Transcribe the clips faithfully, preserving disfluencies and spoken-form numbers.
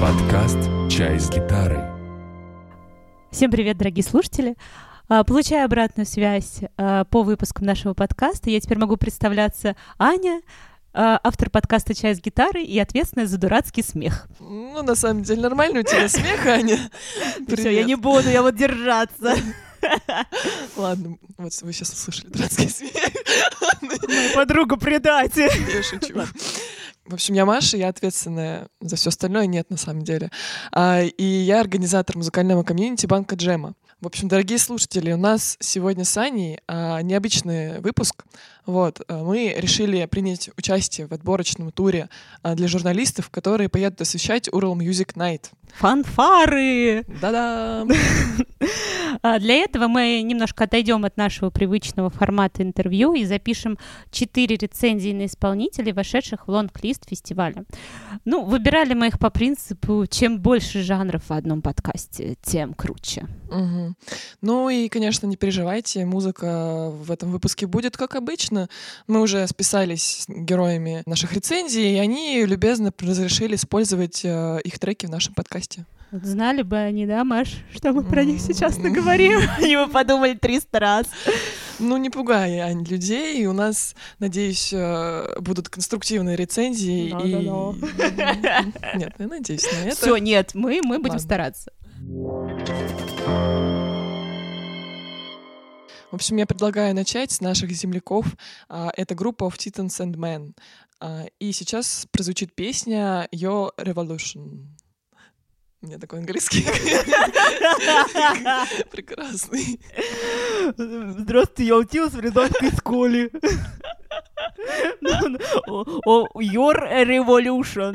Подкаст «Чай с гитарой». Всем привет, дорогие слушатели. Получаю обратную связь по выпускам нашего подкаста. Я теперь могу представляться Аня, автор подкаста «Чай с гитарой» и ответственная за дурацкий смех. Ну, на самом деле, нормальный у тебя смех, Аня. Все, я не буду, я вот держаться. Ладно, вот вы сейчас услышали дурацкий смех. Моя подруга предатель. Я шучу. В общем, я Маша, я ответственная за все остальное, нет, на самом деле. А, и я организатор музыкального комьюнити Банка Джема. В общем, дорогие слушатели, у нас сегодня с Аней а, необычный выпуск. Вот, а, мы решили принять участие в отборочном туре а, для журналистов, которые поедут освещать Ural Music Night. Фанфары! Да-да! Для этого мы немножко отойдем от нашего привычного формата интервью и запишем четыре рецензии на исполнителей, вошедших в лонг-лист фестиваля. Ну, выбирали мы их по принципу, чем больше жанров в одном подкасте, тем круче. Угу. Ну и, конечно, не переживайте, музыка в этом выпуске будет как обычно. Мы уже списались с героями наших рецензий, и они любезно разрешили использовать э, их треки в нашем подкасте. Вот знали бы они, да, Маш, что мы про них сейчас наговорим? Они бы подумали триста раз. Ну, не пугай, Ань, людей. У нас, надеюсь, будут конструктивные рецензии. Да, и... да, да. Нет, я надеюсь на это. Все, нет, мы, мы будем Ладно. стараться. В общем, я предлагаю начать с наших земляков. Это группа of Titans and Men. И сейчас прозвучит песня Your Revolution. У меня такой английский. Прекрасный. Здравствуйте, я училась в рядовской школе. Your Revolution.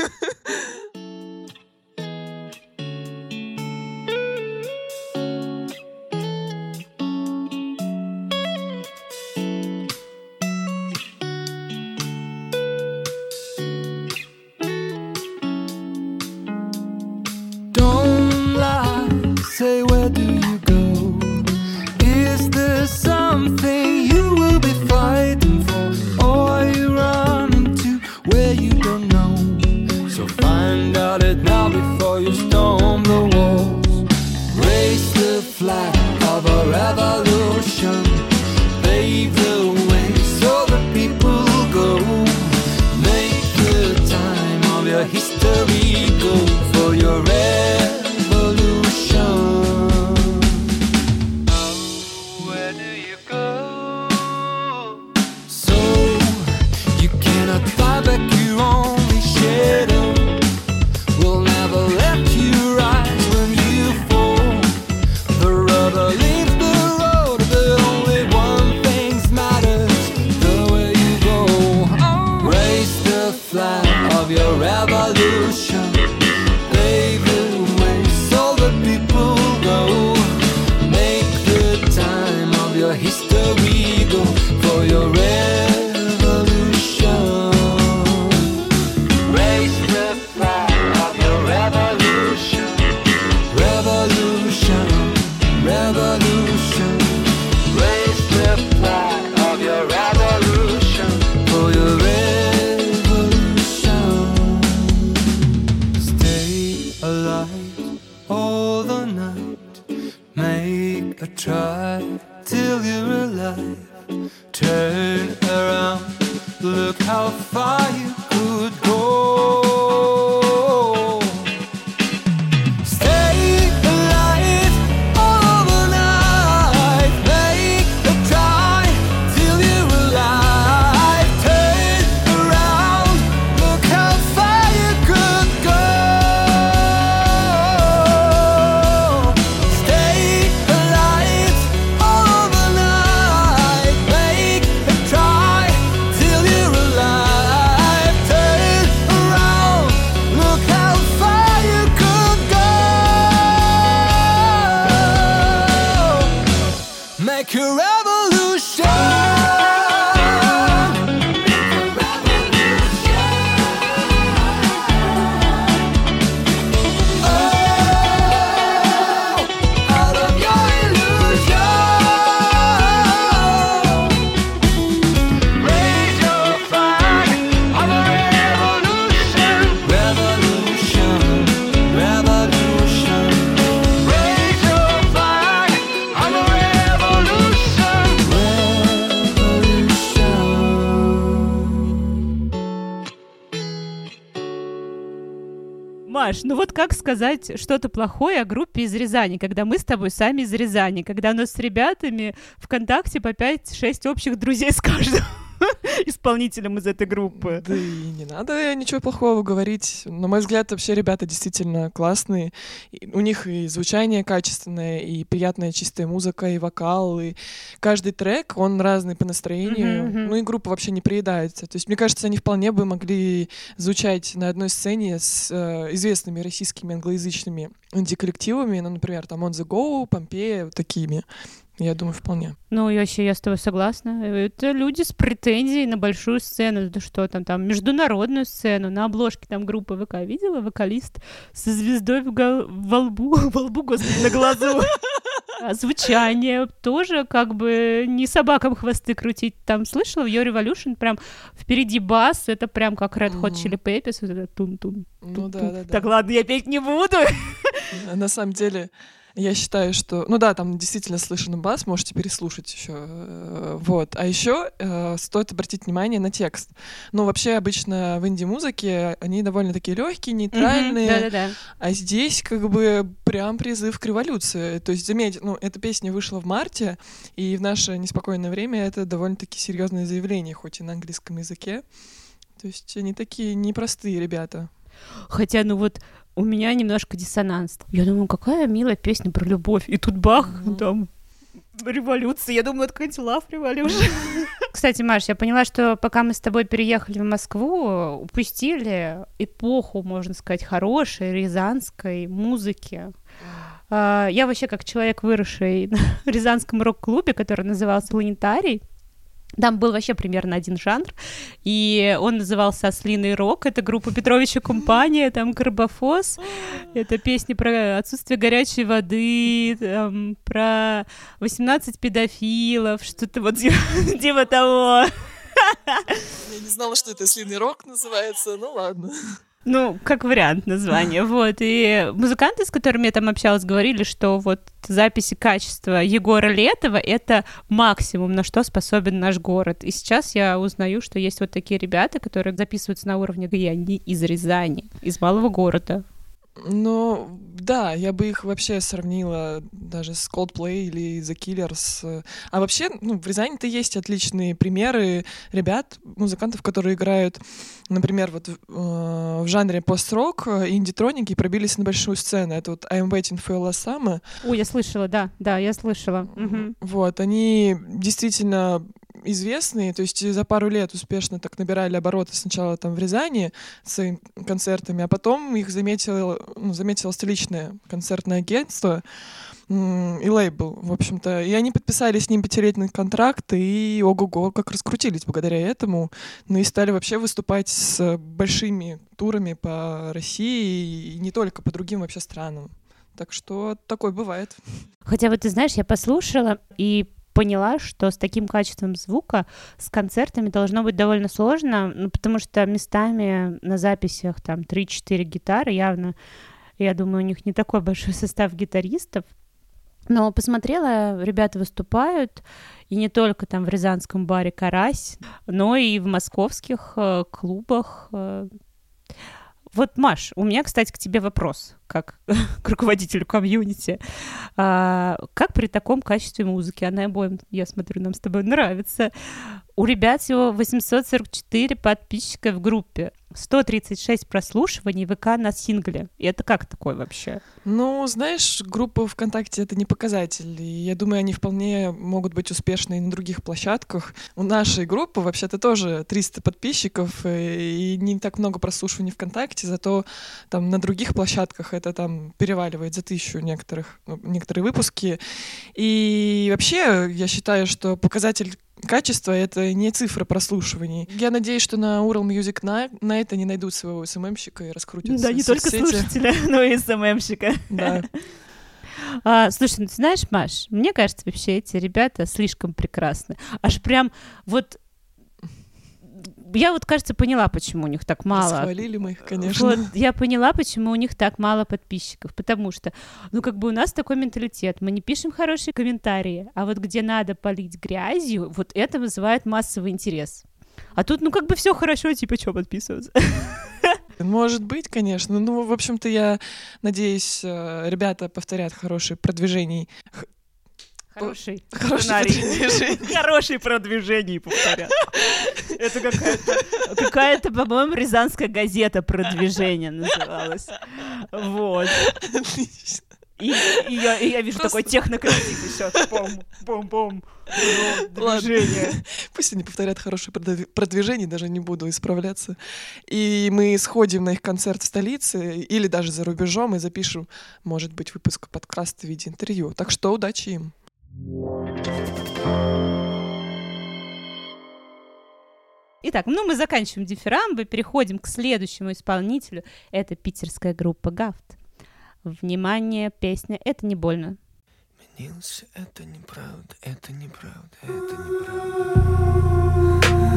Say, where do you go? Is there something you will be fighting for? Or are you running to where you don't know? So find out it now before you storm the walls. Raise the flag of a revolution. Pave the way so the people go. Make the time of your history go for your revolution. Маш, ну вот как сказать что-то плохое о группе из Рязани, когда мы с тобой сами из Рязани, когда у нас с ребятами ВКонтакте по пять-шесть общих друзей с каждым исполнителем из этой группы. Да и не надо ничего плохого говорить. На мой взгляд, вообще ребята действительно классные. И у них и звучание качественное, и приятная чистая музыка, и вокал, и каждый трек, он разный по настроению. Мгм, мгм. Ну и группа вообще не приедается. То есть, мне кажется, они вполне бы могли звучать на одной сцене с э, известными российскими англоязычными инди-коллективами, ну, например, там On The Go, Помпея, вот такими. Я думаю, вполне. Ну, и вообще, я с тобой согласна. Это люди с претензией на большую сцену. Да что там, там, международную сцену. На обложке там группы ВК видела? Вокалист со звездой в, гол... во лбу, во лбу, господи, на глазу. А звучание тоже как бы не собакам хвосты крутить. Там слышала в Your Revolution прям впереди бас, это прям как Red Hot Chili Peppers, вот это тун-тун. Ну да, тун-тун. да, да. Так, ладно, я петь не буду. На самом деле, я считаю, что... Ну да, там действительно слышен бас, можете переслушать еще. Вот. А еще э, стоит обратить внимание на текст. Ну, вообще, обычно в инди-музыке они довольно такие легкие, нейтральные. Мгм, да-да-да. А здесь как бы прям призыв к революции. То есть, заметьте, ну, эта песня вышла в марте, и в наше неспокойное время это довольно-таки серьезное заявление, хоть и на английском языке. То есть они такие непростые ребята. Хотя, ну вот, у меня немножко диссонанс. Я думаю, какая милая песня про любовь. И тут бах, Мгм. там, революция. Я думаю, это какая-нибудь love revolution. Кстати, Маш, я поняла, что пока мы с тобой переехали в Москву, упустили эпоху, можно сказать, хорошей рязанской музыки. А, Я вообще, как человек, выросший на рязанском рок-клубе, который назывался «Планетарий», там был вообще примерно один жанр, и он назывался «Ослиный рок». Это группа Петровича Компания, там «Карбофос». Это песни про отсутствие горячей воды, там, про восемнадцать педофилов, что-то вот типа того. Я не знала, что это «Слиный рок» называется, ну ладно. Ну, как вариант названия, вот. И музыканты, с которыми я там общалась, говорили, что вот записи качества Егора Летова — это максимум, на что способен наш город. И сейчас я узнаю, что есть вот такие ребята, которые записываются на уровне, и они из Рязани, из малого города. Ну, да, я бы их вообще сравнила даже с Coldplay или The Killers. А вообще, ну, в Рязани-то есть отличные примеры ребят, музыкантов, которые играют, например, вот э, в жанре пост-рок, инди-троники, и пробились на большую сцену. Это вот I'm Waiting for Your Last Summer. Ой, я слышала, да, да, я слышала. Мгм. Вот, они действительно известные, то есть за пару лет успешно так набирали обороты сначала там в Рязани своими концертами, а потом их заметило, ну, заметило столичное концертное агентство м, и лейбл, в общем-то. И они подписали с ним пятилетний контракт, и ого-го, как раскрутились благодаря этому. Ну и стали вообще выступать с большими турами по России и не только, по другим вообще странам. Так что такое бывает. Хотя вот ты знаешь, я послушала и поняла, что с таким качеством звука с концертами должно быть довольно сложно, ну, потому что местами на записях там три-четыре гитары, явно, я думаю, у них не такой большой состав гитаристов. Но посмотрела, ребята выступают, и не только там в рязанском баре «Карась», но и в московских э, клубах. э. Вот, Маш, у меня, кстати, к тебе вопрос, как к руководителю комьюнити. А, как при таком качестве музыки, она обоим, я смотрю, нам с тобой нравится, у ребят всего восемьсот сорок четыре подписчика в группе, сто тридцать шесть прослушиваний ВК на сингле. И это как такое вообще? Ну, знаешь, группа ВКонтакте — это не показатель. И я думаю, они вполне могут быть успешны и на других площадках. У нашей группы вообще-то тоже триста подписчиков и не так много прослушиваний ВКонтакте, зато там на других площадках это там переваливает за тысячу некоторых, некоторые выпуски. И вообще я считаю, что показатель качество — это не цифра прослушиваний. Я надеюсь, что на Ural Music Night на это не найдут своего эс эм эм-щика и раскрутят Да, не только соцсети. слушателя, но и эс эм эм-щика. Да. А, слушай, ну ты знаешь, Маш, мне кажется, вообще эти ребята слишком прекрасны. Аж прям вот... Я вот, кажется, поняла, почему у них так мало. Расхвалили мы их, конечно. Вот, я поняла, почему у них так мало подписчиков. Потому что, ну, как бы у нас такой менталитет. Мы не пишем хорошие комментарии, а вот где надо полить грязью, вот это вызывает массовый интерес. А тут, ну, как бы все хорошо, типа, что подписываться? Может быть, конечно. Ну, в общем-то, я надеюсь, э, ребята повторят хорошие продвижения. Х- Хороший Хорошие сценарий. продвижения. Хорошие продвижения повторят. Это какая-то, какая-то, по-моему, рязанская газета «Продвижение» называлась. Вот. Отлично. И, и я, и я вижу Просто- такой технокреатив еще. Пом, пом, пом. Ладно. Движение. Пусть они повторят хорошие продв- продвижения, даже не буду исправляться. И мы сходим на их концерт в столице или даже за рубежом и запишем, может быть, выпуск подкаста в виде интервью. Так что удачи им. Итак, ну мы заканчиваем дифирамбы, переходим к следующему исполнителю. Это питерская группа «Гафт». Внимание, песня «Это не больно». Изменился, это неправда, это неправда, это неправда.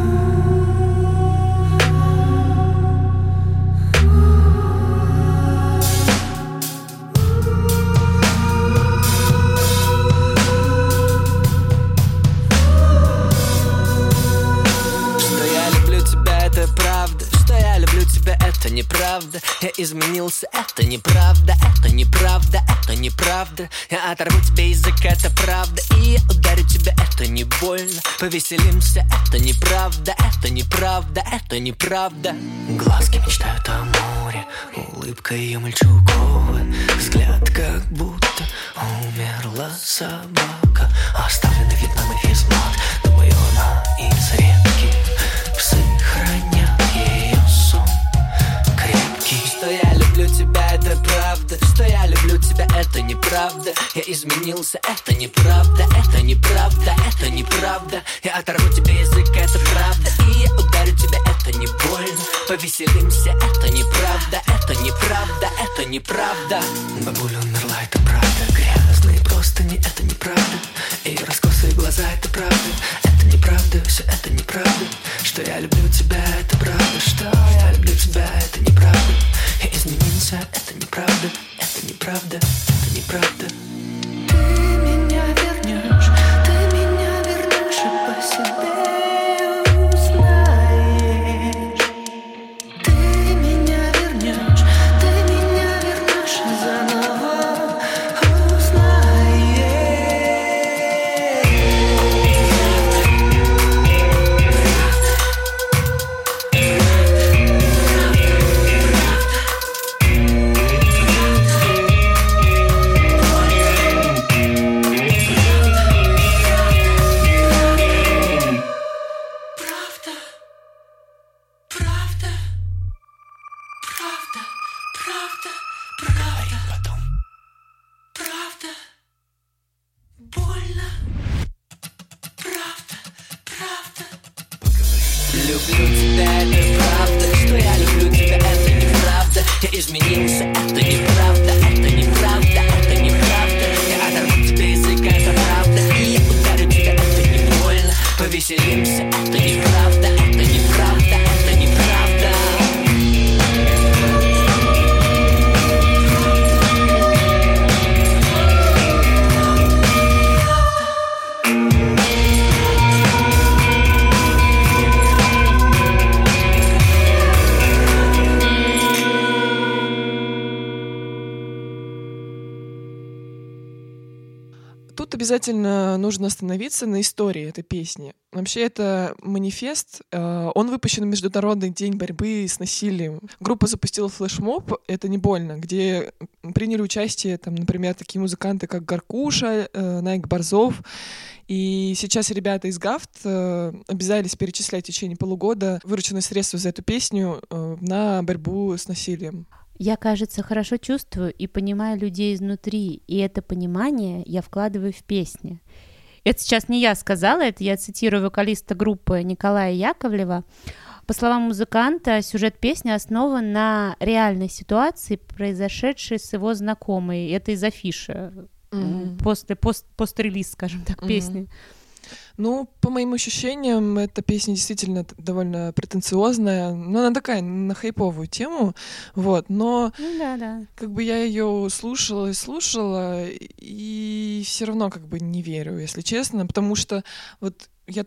Что я люблю тебя, это правда. Что я люблю тебя, это неправда. Я изменился, это неправда, это неправда, это неправда. Я оторву тебе язык, это правда. И я ударю тебя, это не больно. Повеселимся, это неправда, это неправда, это неправда. Глазки мечтают о море, улыбка ее мальчуковая. Взгляд как будто умерла собака. Оставленный Вьетнам и физмат. Думаю, она из редких. Псы хранят ее сон крепкий. Что я люблю тебя, это правда. Что я люблю тебя, это неправда. Я изменился, это неправда, это неправда, это неправда. Я оторву тебе язык, это правда. И я ударю тебя, это не больно. Повеселимся, это неправда, это неправда, это неправда. Бабуля умерла, это правда. Грязные простыни, это неправда. И раскосые глаза, это правда. Это неправда, все это неправда. Что я люблю тебя, это правда. Что я люблю тебя, это неправда. Я изменился, это неправда. Это неправда, это неправда. Ты меня вернешь, ты меня вернешь и по себе узнаешь. Ты меня вернешь, ты меня вернешь и заново узнаешь. Правда, правда, правда, правда, правда. Потом. Правда, больно. Правда, правда. Люблю тебя, это правда. Что я люблю тебя, это неправда. Я изменился, это неправда, это неправда, это неправда. Я оторву тебе язык, это правда. И я ударю тебя, это не больно. Повеселимся, это неправда, это неправда, это неправда. Тут обязательно нужно остановиться на истории этой песни. Вообще это манифест. э, Он выпущен в Международный день борьбы с насилием. Группа запустила флешмоб «Это не больно», где приняли участие, там, например, такие музыканты, как Гаркуша, э, Найк Борзов. И сейчас ребята из Гафт э, обязались перечислять в течение полугода вырученные средства за эту песню э, на борьбу с насилием. Я, кажется, хорошо чувствую и понимаю людей изнутри, и это понимание я вкладываю в песни. Это сейчас не я сказала, это я цитирую вокалиста группы Николая Яковлева. По словам музыканта, сюжет песни основан на реальной ситуации, произошедшей с его знакомой. Это из афиши, Мгм. после пост, пост-релиз, скажем так, Мгм. песни. Ну, по моим ощущениям, эта песня действительно т- довольно претенциозная. Ну, она такая на хайповую тему, вот. Но Ну да, да. как бы я ее слушала и слушала, и все равно как бы не верю, если честно, потому что вот я так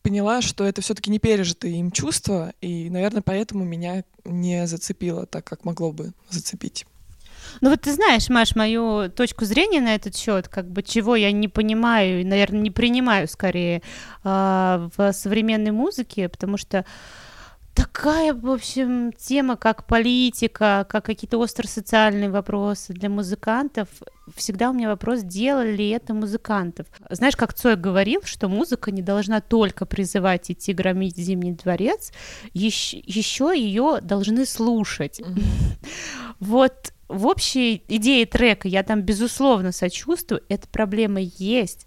поняла, что это все-таки не пережитые им чувства, и, наверное, поэтому меня не зацепило так, как могло бы зацепить. Ну вот ты знаешь, Маш, мою точку зрения на этот счет, как бы чего я не понимаю и, наверное, не принимаю скорее э, в современной музыке, потому что такая, в общем, тема, как политика, как какие-то остросоциальные вопросы для музыкантов. Всегда у меня вопрос, делали ли это музыкантов. Знаешь, как Цой говорил, что музыка не должна только призывать идти громить Зимний дворец, еще, еще ее должны слушать. Mm-hmm. Вот в общей идее трека я там, безусловно, сочувствую, эта проблема есть.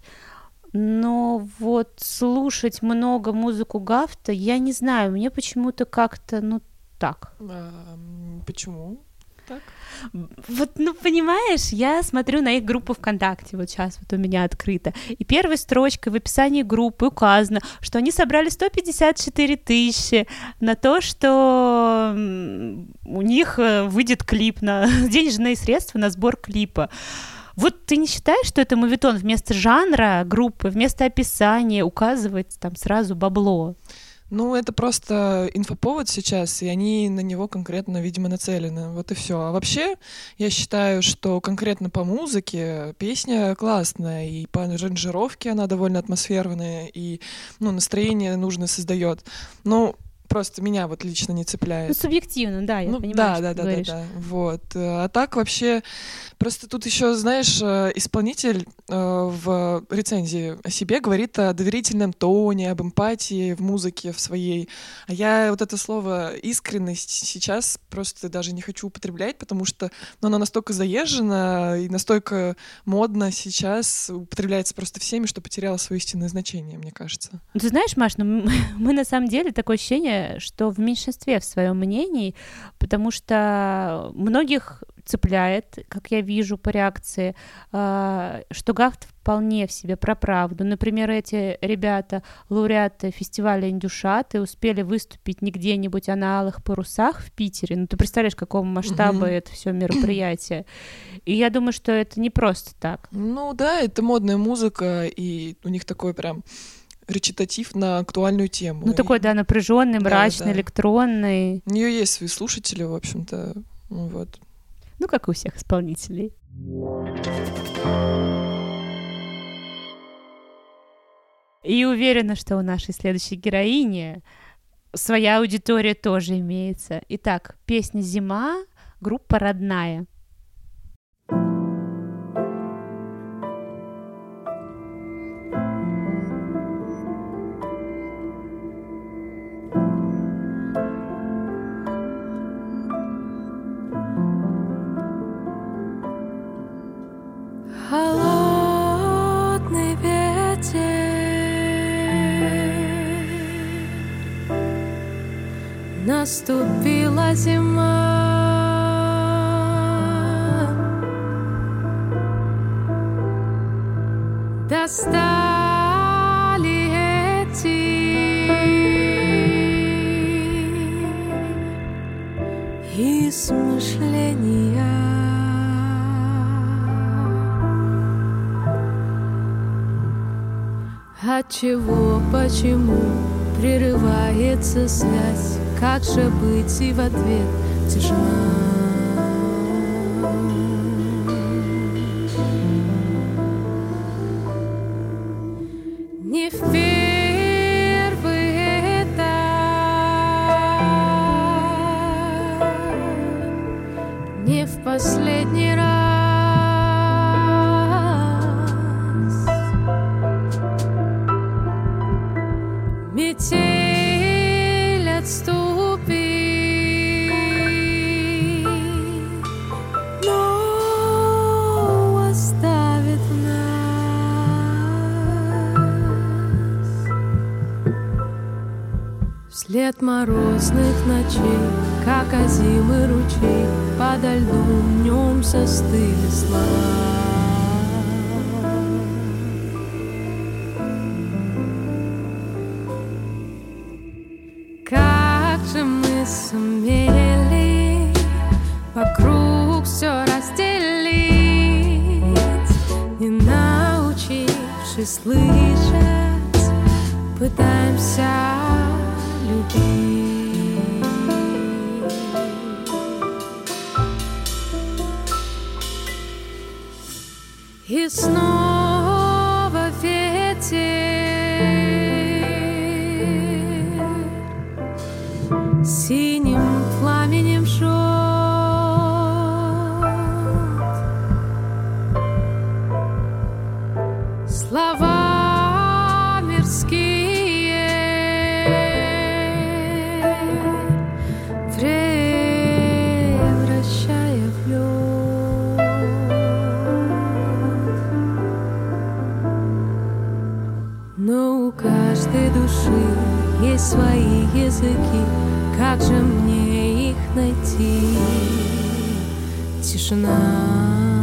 Но вот слушать много музыку Гафта, я не знаю, мне почему-то как-то, ну, так. А, почему так? Вот, ну, понимаешь, я смотрю на их группу ВКонтакте, вот сейчас вот у меня открыто, и первой строчкой в описании группы указано, что они собрали сто пятьдесят четыре тысячи на то, что у них выйдет клип, на денежные средства на сбор клипа. Вот ты не считаешь, что это моветон вместо жанра группы, вместо описания указывать там сразу бабло? Ну, это просто инфоповод сейчас, и они на него конкретно, видимо, нацелены. Вот и все. А вообще, я считаю, что конкретно по музыке песня классная, и по аранжировке она довольно атмосферная, и ну, настроение нужно создает. Ну, просто меня вот лично не цепляет. Ну, субъективно, да, я ну, понимаю, да, что да, ты да, говоришь. да, да, вот. А так вообще, просто тут еще, знаешь, исполнитель в рецензии о себе говорит о доверительном тоне, об эмпатии в музыке в своей. А я вот это слово «искренность» сейчас просто даже не хочу употреблять, потому что ну, оно настолько заезжено и настолько модно сейчас, употребляется просто всеми, что потеряло свое истинное значение, мне кажется. Ты знаешь, Маш, ну, мы, мы на самом деле такое ощущение, что в меньшинстве в своем мнении, потому что многих цепляет, как я вижу по реакции, что Гафт вполне в себе про правду. Например, эти ребята, лауреаты фестиваля «Индюшаты», успели выступить не где-нибудь, а на Алых парусах в Питере. Ну, ты представляешь, какого масштаба mm-hmm. это все мероприятие. И я думаю, что это не просто так. Ну да, это модная музыка, и у них такой прям речитатив на актуальную тему. Ну, такой, да, напряженный, мрачный, да, да. электронный. У нее есть свои слушатели, в общем-то. Ну, вот. Ну, как и у всех исполнителей. И уверена, что у нашей следующей героини своя аудитория тоже имеется. Итак, песня «Зима», группа «Родная». Холодный ветер наступила зима, достали эти измышления. Отчего, почему прерывается связь? Как же быть и в ответ тишина? Не в первый этап, не в последний раз. Метель отступит, но оставит нас вслед морозных ночей, как озимый ручей, подо льдом днем застыли слова. Как же мы сумели вокруг все разделить, не научившись слышать пытаемся любить. И снова ветер синим пламенем жжет. Слова мирские превращая в лед. Но у каждой души есть свои языки. Как же мне их найти? Тишина.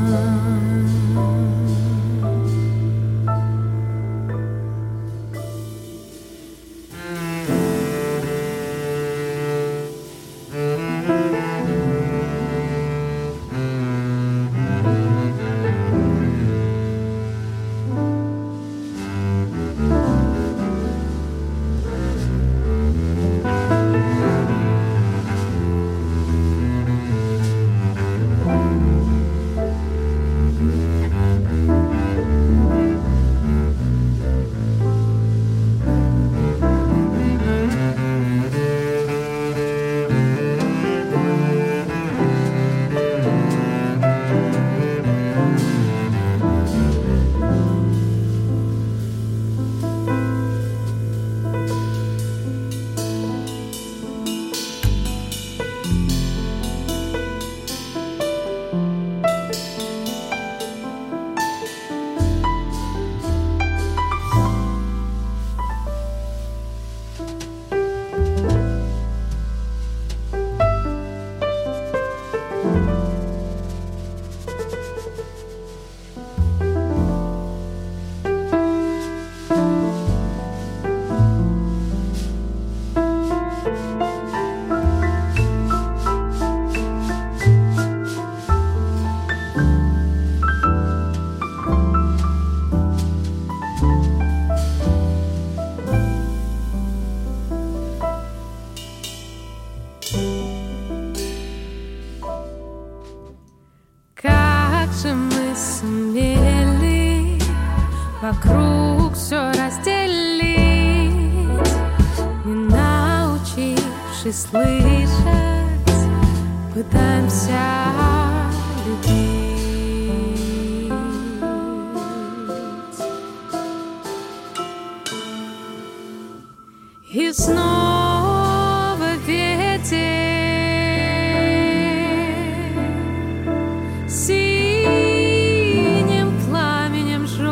Вокруг все разделить, не научившись слышать, пытаемся любить. И снова ветер синим пламенем жжет.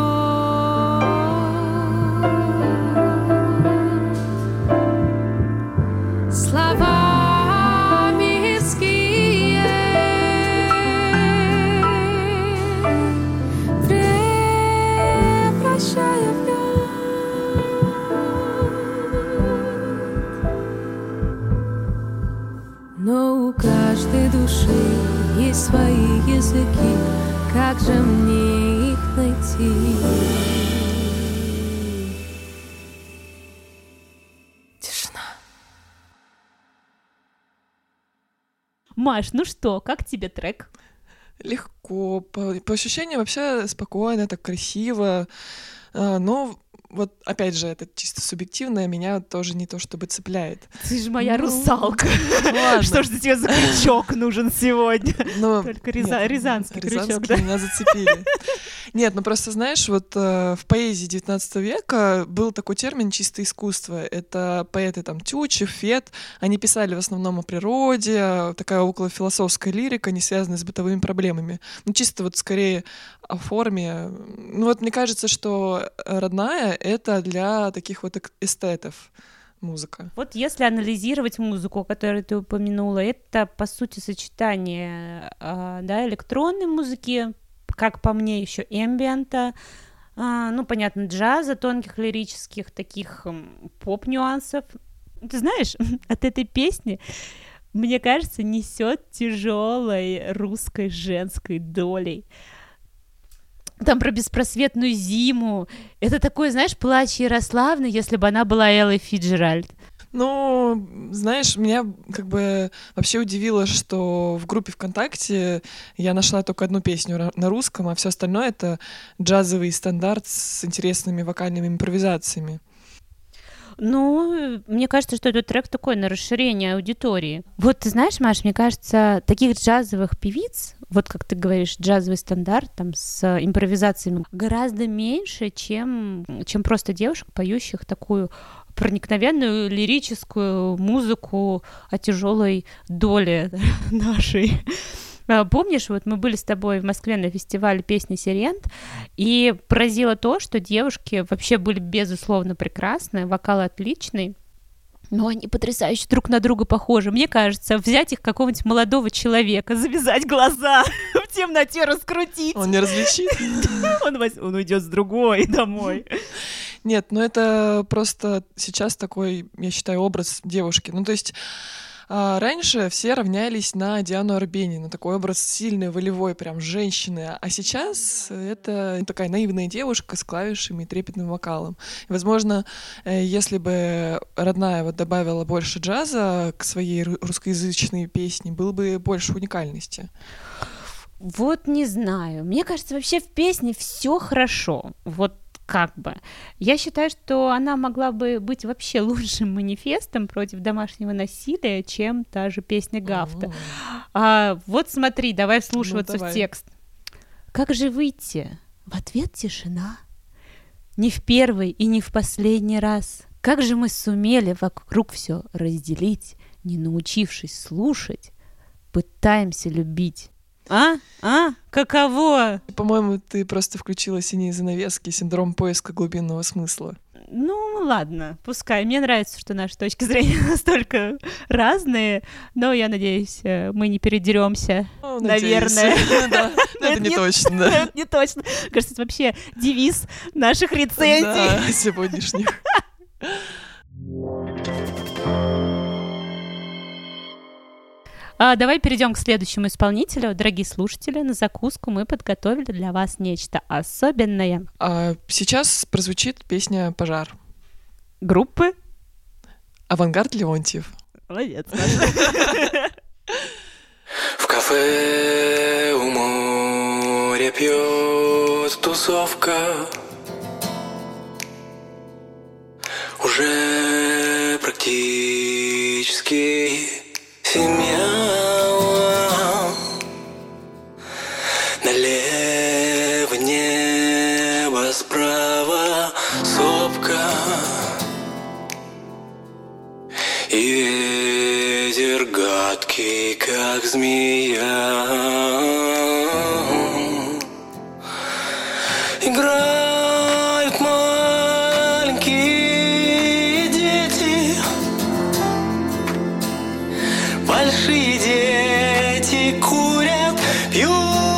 Слова мирские превращая в лед. Но у каждой души есть свои языки. Как же мне их найти? Маш, ну что, как тебе трек? Легко. По, по ощущениям вообще спокойно, так красиво. А, но вот опять же, это чисто субъективное, меня тоже не то чтобы цепляет. Ты же моя Ну, русалка. ладно. Что ж тебе за крючок нужен сегодня? Но- Только ряза- нет, рязанский крючок, рязанские да? меня зацепили. Нет, ну просто знаешь, вот э, в поэзии девятнадцатого века был такой термин «чистое искусство». Это поэты там Тютчев, Фет, они писали в основном о природе, такая околофилософская лирика, не связанная с бытовыми проблемами. Ну чисто вот скорее о форме. Ну вот мне кажется, что родная — это для таких вот эк- эстетов музыка. Вот если анализировать музыку, которую ты упомянула, это, по сути, сочетание а, да, электронной музыки, как по мне, еще эмбиента, а, ну, понятно, джаза, тонких лирических, таких м, поп-нюансов. Ты знаешь, от этой песни, мне кажется, несет тяжелой русской женской долей. там про беспросветную зиму. Это такой, знаешь, плач Ярославны, если бы она была Эллой Фицджеральд. Ну, знаешь, меня как бы вообще удивило, что в группе ВКонтакте я нашла только одну песню на русском, а все остальное — это джазовый стандарт с интересными вокальными импровизациями. Ну, мне кажется, что этот трек такой на расширение аудитории. Вот ты знаешь, Маш, мне кажется, таких джазовых певиц, вот как ты говоришь, джазовый стандарт там с импровизациями, гораздо меньше, чем, чем просто девушек, поющих такую проникновенную лирическую музыку о тяжелой доле нашей. Помнишь, вот мы были с тобой в Москве на фестивале песни «Сирент», и поразило то, что девушки вообще были безусловно прекрасны, вокал отличный, но они потрясающе друг на друга похожи. Мне кажется, взять их какого-нибудь молодого человека, завязать глаза, в темноте раскрутить. Он не различит. Он, он уйдет с другой домой. Нет, ну это просто сейчас такой, я считаю, образ девушки. Ну то есть а, раньше все равнялись на Диану Арбенину, такой образ сильной, волевой, прям женщины. А сейчас это такая наивная девушка с клавишами и трепетным вокалом. И, возможно, если бы родная вот добавила больше джаза к своей русскоязычной песне, было бы больше уникальности. Вот не знаю. Мне кажется, вообще в песне все хорошо. Вот как бы. Я считаю, что она могла бы быть вообще лучшим манифестом против домашнего насилия, чем та же песня Гафта. Mm-hmm. А, вот смотри, давай вслушиваться ну, давай. в текст. Как же выйти? В ответ тишина. Не в первый и не в последний раз. Как же мы сумели вокруг все разделить, не научившись слушать, пытаемся любить. А? А? Каково? По-моему, ты просто включила «Синие занавески», синдром поиска глубинного смысла. Ну, ладно, пускай. Мне нравится, что наши точки зрения настолько разные, но я надеюсь, мы не передеремся, ну, наверное. Это не точно. Это не точно. Кажется, это вообще девиз наших рецензий. Да, сегодняшних. А, давай перейдем к следующему исполнителю. Дорогие слушатели, на закуску мы подготовили для вас нечто особенное. А сейчас прозвучит песня «Пожар». Группы? «Авангард» Леонтьев. Молодец. В кафе у моря пьет тусовка. Уже практически семья. Налево небо, справа сопка. И ветер гадкий, как змея. Играют маленькие дети, большие дети курят, пьют.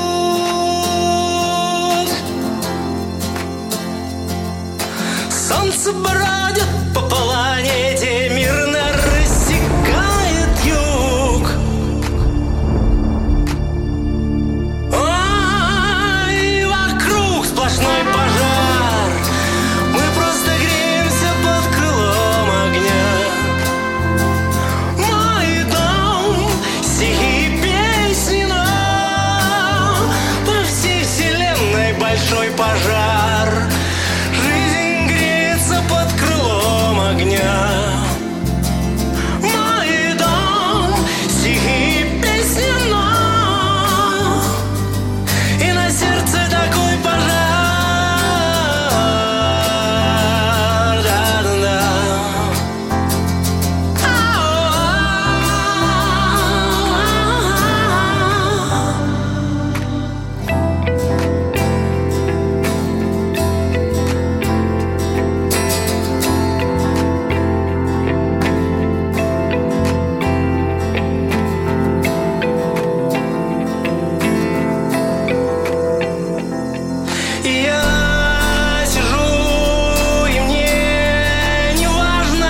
Солнце бродит по планете, мирно рассекает юг. Ой, вокруг сплошной пожар. Мы просто греемся под крылом огня. Мой дом, стихи, песни нам. По всей вселенной большой пожар. Жизнь греется под крылом огня. Мой дом, стихи, песни нам. И на сердце такой пожар. Да-да-да. Я сижу, и мне не важно,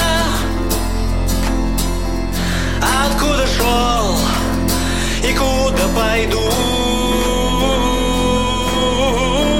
откуда шел и куда пойду.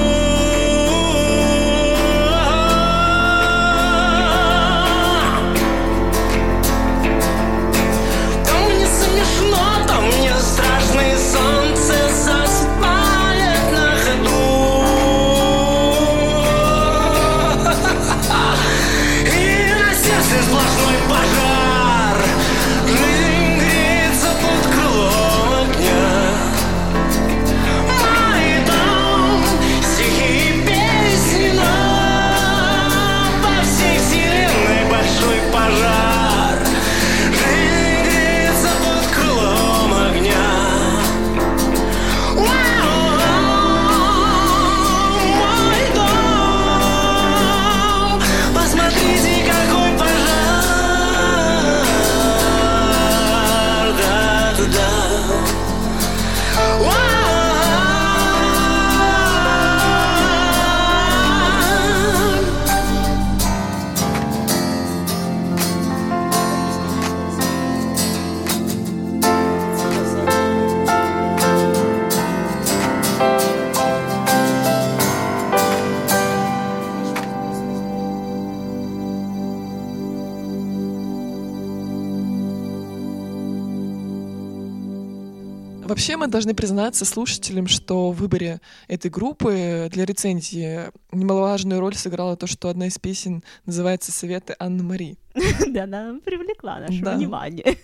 Вообще мы должны признаться слушателям, что в выборе этой группы для рецензии немаловажную роль сыграло то, что одна из песен называется «Советы Анны Мари». Да, она привлекла наше Да. внимание.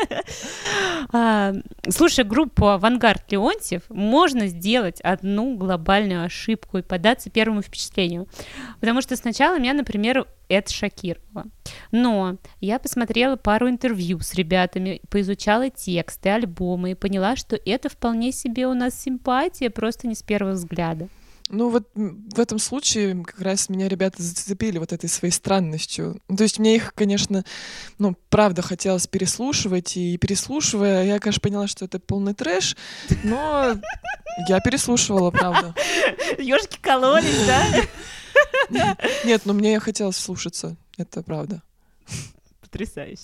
А, Слушай группу «Авангард» Леонтьев, можно сделать одну глобальную ошибку и поддаться первому впечатлению. Потому что сначала меня, например, это шокировало. Но я посмотрела пару интервью с ребятами, поизучала тексты, альбомы и поняла, что это вполне себе у нас симпатия, просто не с первого взгляда. Ну вот м, в этом случае как раз меня ребята зацепили вот этой своей странностью. Ну, то есть мне их, конечно, ну, правда хотелось переслушивать, и переслушивая, я, конечно, поняла, что это полный трэш, но я переслушивала, правда. Ёшки кололись, да? Нет, но мне хотелось слушаться, это правда. Потрясающе.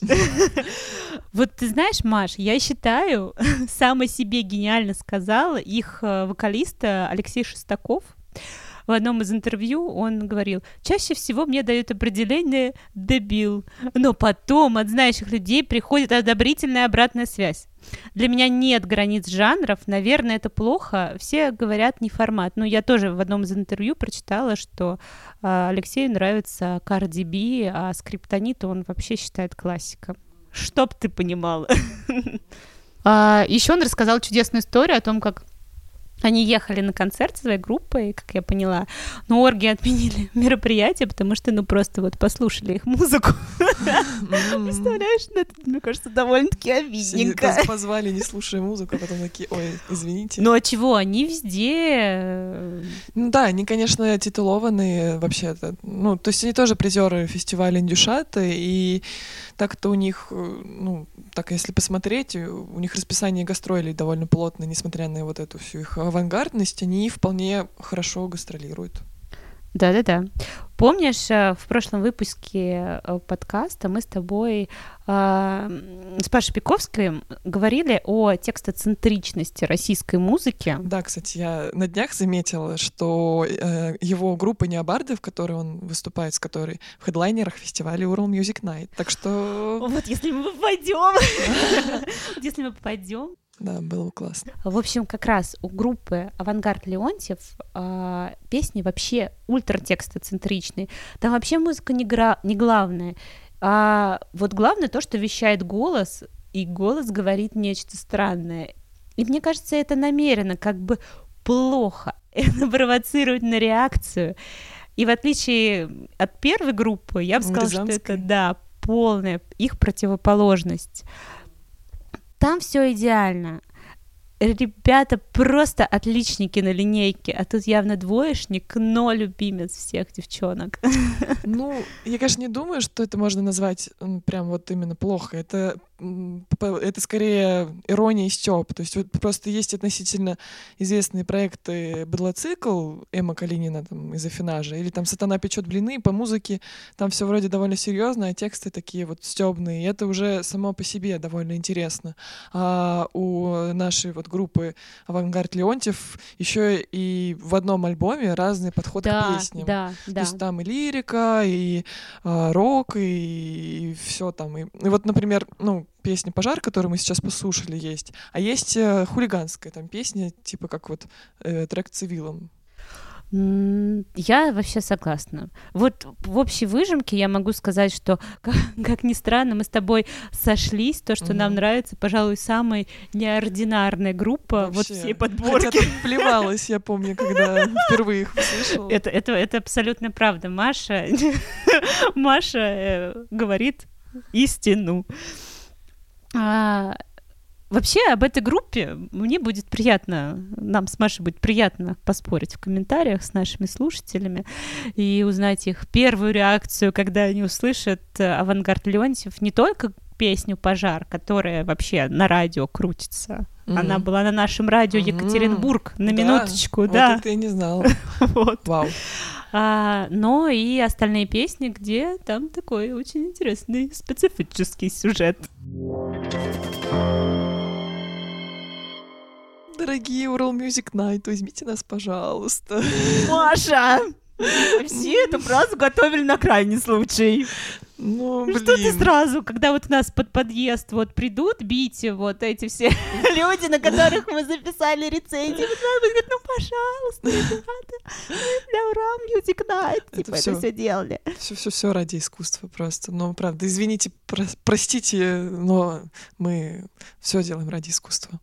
Вот ты знаешь, Маш, я считаю, сам о себе гениально сказал их э, вокалист э, Алексей Шестаков. В одном из интервью он говорил: чаще всего мне дают определение «дебил», но потом от знающих людей приходит одобрительная обратная связь. Для меня нет границ жанров, наверное, это плохо, все говорят не формат. Но я тоже в одном из интервью прочитала, что э, Алексею нравится Cardi B, а Скриптонит он вообще считает классиком. Чтоб ты понимала. Еще он рассказал чудесную историю о том, как они ехали на концерт своей группой, как я поняла, но орги отменили мероприятие, потому что, ну, просто вот послушали их музыку. Представляешь, ну, это, мне кажется, довольно-таки обидненько. Поз- Позвали, не слушая музыку, а потом такие: ой, извините. Ну, а чего? Они везде... Ну да, они, конечно, титулованные вообще-то. Ну, то есть они тоже призеры фестиваля Индюшата, и так-то у них, ну, так если посмотреть, у них расписание гастролей довольно плотно, несмотря на вот эту всю их авангардность, они вполне хорошо гастролируют. Да-да-да. Помнишь, э, в прошлом выпуске э, подкаста мы с тобой э, с Пашей Пиковским говорили о текстоцентричности российской музыки. Да, кстати, я на днях заметила, что э, его группа Необарды, в которой он выступает, с которой в хедлайнерах фестиваля Ural Music Night. Так что... Вот если мы попадем, если мы попадем. Да, было классно. В общем, как раз у группы «Авангард» Леонтьев э, песни вообще ультратекстоцентричные. Там вообще музыка не, гра- не главная. А вот главное то, что вещает голос, и голос говорит нечто странное. И мне кажется, это намеренно, как бы плохо. Это провоцирует на реакцию. И в отличие от первой группы, я бы сказала, что это, да, полная их противоположность. Там все идеально. Ребята просто отличники на линейке, а тут явно двоечник, но любимец всех девчонок. Ну, я, конечно, не думаю, что это можно назвать м, прям вот именно плохо. Это, м, п- это скорее ирония и стёб. То есть вот просто есть относительно известные проекты «Быдлоцикл» Эмма Калинина там, из Афинажа, или там «Сатана печет блины», по музыке там все вроде довольно серьезно, а тексты такие вот стёбные. И это уже само по себе довольно интересно. А у нашей вот группы «Авангард» Леонтьев еще и в одном альбоме разный подход Да, к песням. да, То да. есть там и лирика, и а, рок, и, и все там. И, и вот, например, ну, песня «Пожар», которую мы сейчас послушали, есть. А есть э, хулиганская там песня, типа как вот э, трек «Цивилом». М, Я вообще согласна. Вот в общей выжимке я могу сказать, что, как, как ни странно, мы с тобой сошлись. То, что нам Мгм. нравится, пожалуй, самая неординарная группа вот Вообще. всей Хотя подборки. ты плевалась, я помню, когда впервые их услышала. Это, это, это абсолютно правда. Маша, Маша э, говорит истину. А, Вообще об этой группе мне будет приятно, нам с Машей будет приятно поспорить в комментариях с нашими слушателями и узнать их первую реакцию, когда они услышат э, «Авангард» Леонтьев, не только песню «Пожар», которая вообще на радио крутится. Мгм. Она была на нашем радио Мгм. Екатеринбург, на Да, минуточку, вот да. это я не знала. Вот. Вау. А, но и остальные песни, где там такой очень интересный специфический сюжет. Дорогие Ural Music Night, возьмите нас, пожалуйста. Маша! Все эту фразу готовили на крайний случай. Ну, Ну что ты блин. сразу, когда вот у нас под подъезд вот придут, бить вот эти все люди, на которых мы записали рецензии, вот нам говорят, ну пожалуйста, ребята, для Урам Music Night, Это типа это всё. все делали. Все-все-все ради искусства просто. Но, правда, извините, про- простите, но мы все делаем ради искусства.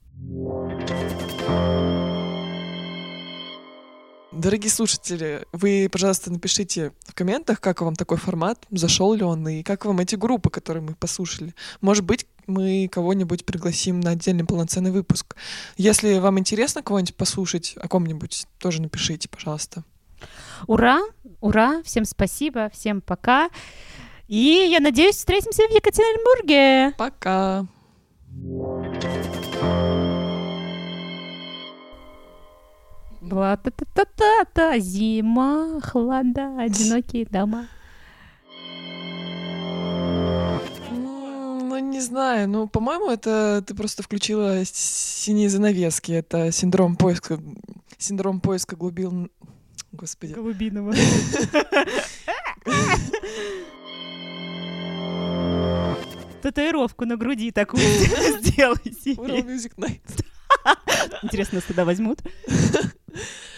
Дорогие слушатели, вы, пожалуйста, напишите в комментах, как вам такой формат, зашел ли он, и как вам эти группы, которые мы послушали. Может быть, мы кого-нибудь пригласим на отдельный полноценный выпуск. Если вам интересно кого-нибудь послушать, о ком-нибудь, тоже напишите, пожалуйста. Ура, ура, всем спасибо, всем пока. И я надеюсь, встретимся в Екатеринбурге. Пока! Ла-та-та-та-та-та, зима, холода, одинокие дома. М, Ну, не знаю, ну, по-моему, это ты просто включила с- синие занавески. Это синдром поиска, синдром поиска глубин... Господи. Голубиного. Татуировку на груди такую сделай Ural себе. Music Night. Интересно, нас туда возьмут?